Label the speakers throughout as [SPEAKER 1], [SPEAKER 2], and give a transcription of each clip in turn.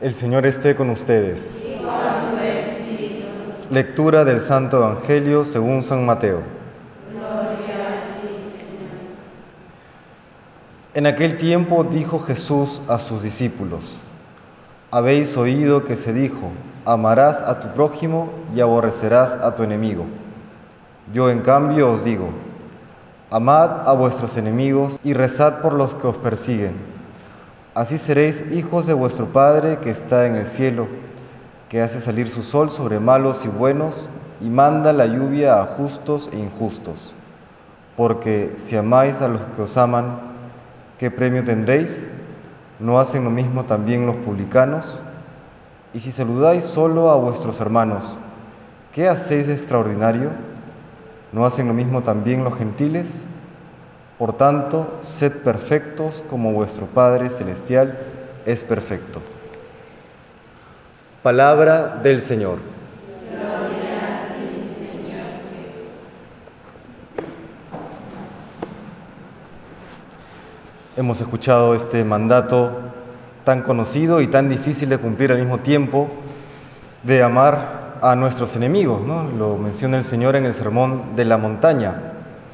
[SPEAKER 1] El Señor esté con ustedes.
[SPEAKER 2] Y con tu espíritu.
[SPEAKER 1] Lectura del Santo Evangelio según San Mateo.
[SPEAKER 2] Gloria a ti, Señor.
[SPEAKER 1] En aquel tiempo dijo Jesús a sus discípulos: Habéis oído que se dijo: amarás a tu prójimo y aborrecerás a tu enemigo. Yo en cambio os digo: amad a vuestros enemigos y rezad por los que os persiguen. Así seréis hijos de vuestro Padre que está en el cielo, que hace salir su sol sobre malos y buenos y manda la lluvia a justos e injustos. Porque si amáis a los que os aman, ¿qué premio tendréis? ¿No hacen lo mismo también los publicanos? Y si saludáis solo a vuestros hermanos, ¿qué hacéis de extraordinario? ¿No hacen lo mismo también los gentiles? Por tanto, sed perfectos como vuestro Padre Celestial es perfecto. Palabra del Señor.
[SPEAKER 2] Gloria a ti, Señor Jesús.
[SPEAKER 1] Hemos escuchado este mandato tan conocido y tan difícil de cumplir al mismo tiempo, de amar a nuestros enemigos, ¿no? Lo menciona el Señor en el Sermón de la Montaña.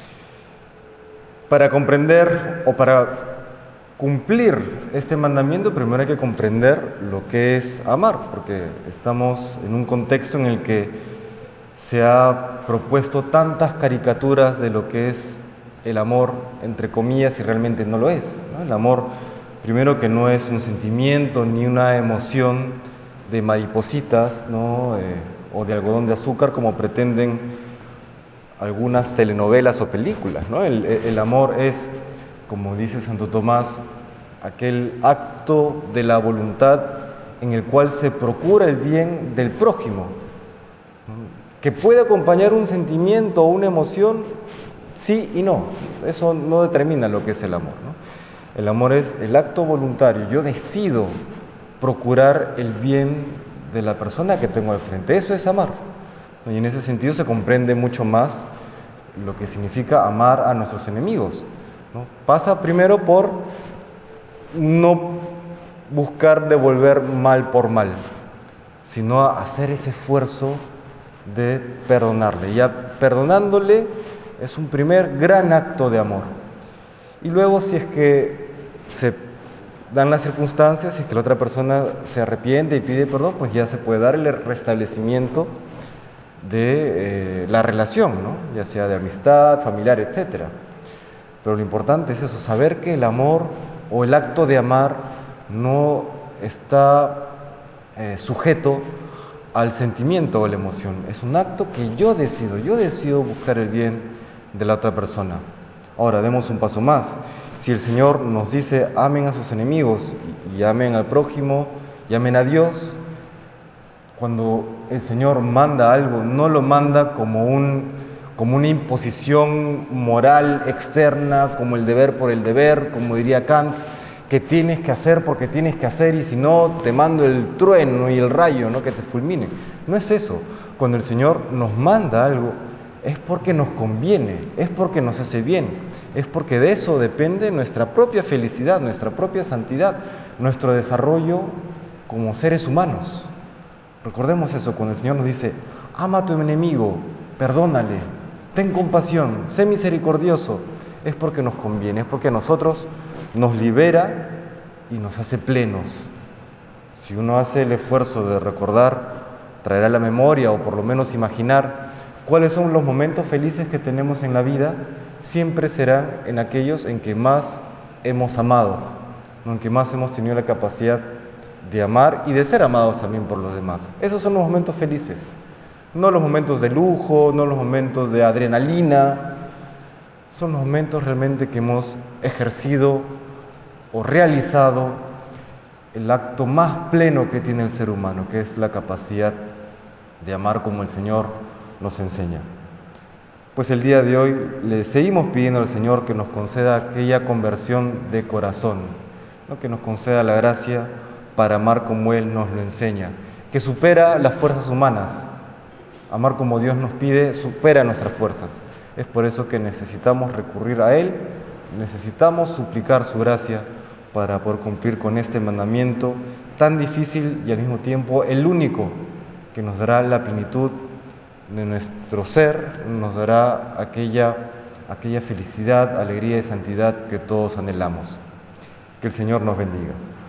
[SPEAKER 1] Para comprender o para cumplir este mandamiento, primero hay que comprender lo que es amar, porque estamos en un contexto en el que se ha propuesto tantas caricaturas de lo que es el amor, entre comillas, y realmente no lo es, ¿no? El amor, primero, que no es un sentimiento ni una emoción de maripositas, ¿no? O de algodón de azúcar, como pretenden algunas telenovelas o películas, ¿no? El amor es, como dice Santo Tomás, aquel acto de la voluntad en el cual se procura el bien del prójimo, ¿no? Que puede acompañar un sentimiento o una emoción, sí y no. Eso no determina lo que es el amor, ¿no? El amor es el acto voluntario. Yo decido procurar el bien de la persona que tengo al frente. Eso es amar. Y en ese sentido se comprende mucho más lo que significa amar a nuestros enemigos, ¿no? Pasa primero por no buscar devolver mal por mal, sino a hacer ese esfuerzo de perdonarle. Ya perdonándole es un primer gran acto de amor. Y luego, si es que se dan las circunstancias, si es que la otra persona se arrepiente y pide perdón, pues ya se puede dar el restablecimiento de la relación, ¿no? Ya sea de amistad, familiar, etc. Pero lo importante es eso, saber que el amor o el acto de amar no está sujeto al sentimiento o la emoción. Es un acto que yo decido buscar el bien de la otra persona. Ahora, demos un paso más. Si el Señor nos dice, amen a sus enemigos y amen al prójimo y amen a Dios, cuando el Señor manda algo, no lo manda como una imposición moral externa, como el deber por el deber, como diría Kant, que tienes que hacer porque tienes que hacer y si no te mando el trueno y el rayo, ¿no? Que te fulmine. No es eso. Cuando el Señor nos manda algo, es porque nos conviene, es porque nos hace bien, es porque de eso depende nuestra propia felicidad, nuestra propia santidad, nuestro desarrollo como seres humanos. Recordemos eso, cuando el Señor nos dice, ama a tu enemigo, perdónale, ten compasión, sé misericordioso, es porque nos conviene, es porque a nosotros nos libera y nos hace plenos. Si uno hace el esfuerzo de recordar, traer a la memoria o por lo menos imaginar cuáles son los momentos felices que tenemos en la vida, siempre serán en aquellos en que más hemos amado, en que más hemos tenido la capacidad de amar y de ser amados también por los demás. Esos son los momentos felices, no los momentos de lujo, no los momentos de adrenalina, son los momentos realmente que hemos ejercido o realizado el acto más pleno que tiene el ser humano, que es la capacidad de amar como el Señor nos enseña. Pues el día de hoy le seguimos pidiendo al Señor que nos conceda aquella conversión de corazón, ¿no? Que nos conceda la gracia para amar como Él nos lo enseña, que supera las fuerzas humanas. Amar como Dios nos pide supera nuestras fuerzas. Es por eso que necesitamos recurrir a Él, necesitamos suplicar su gracia para poder cumplir con este mandamiento tan difícil y al mismo tiempo el único que nos dará la plenitud de nuestro ser, nos dará aquella felicidad, alegría y santidad que todos anhelamos. Que el Señor nos bendiga.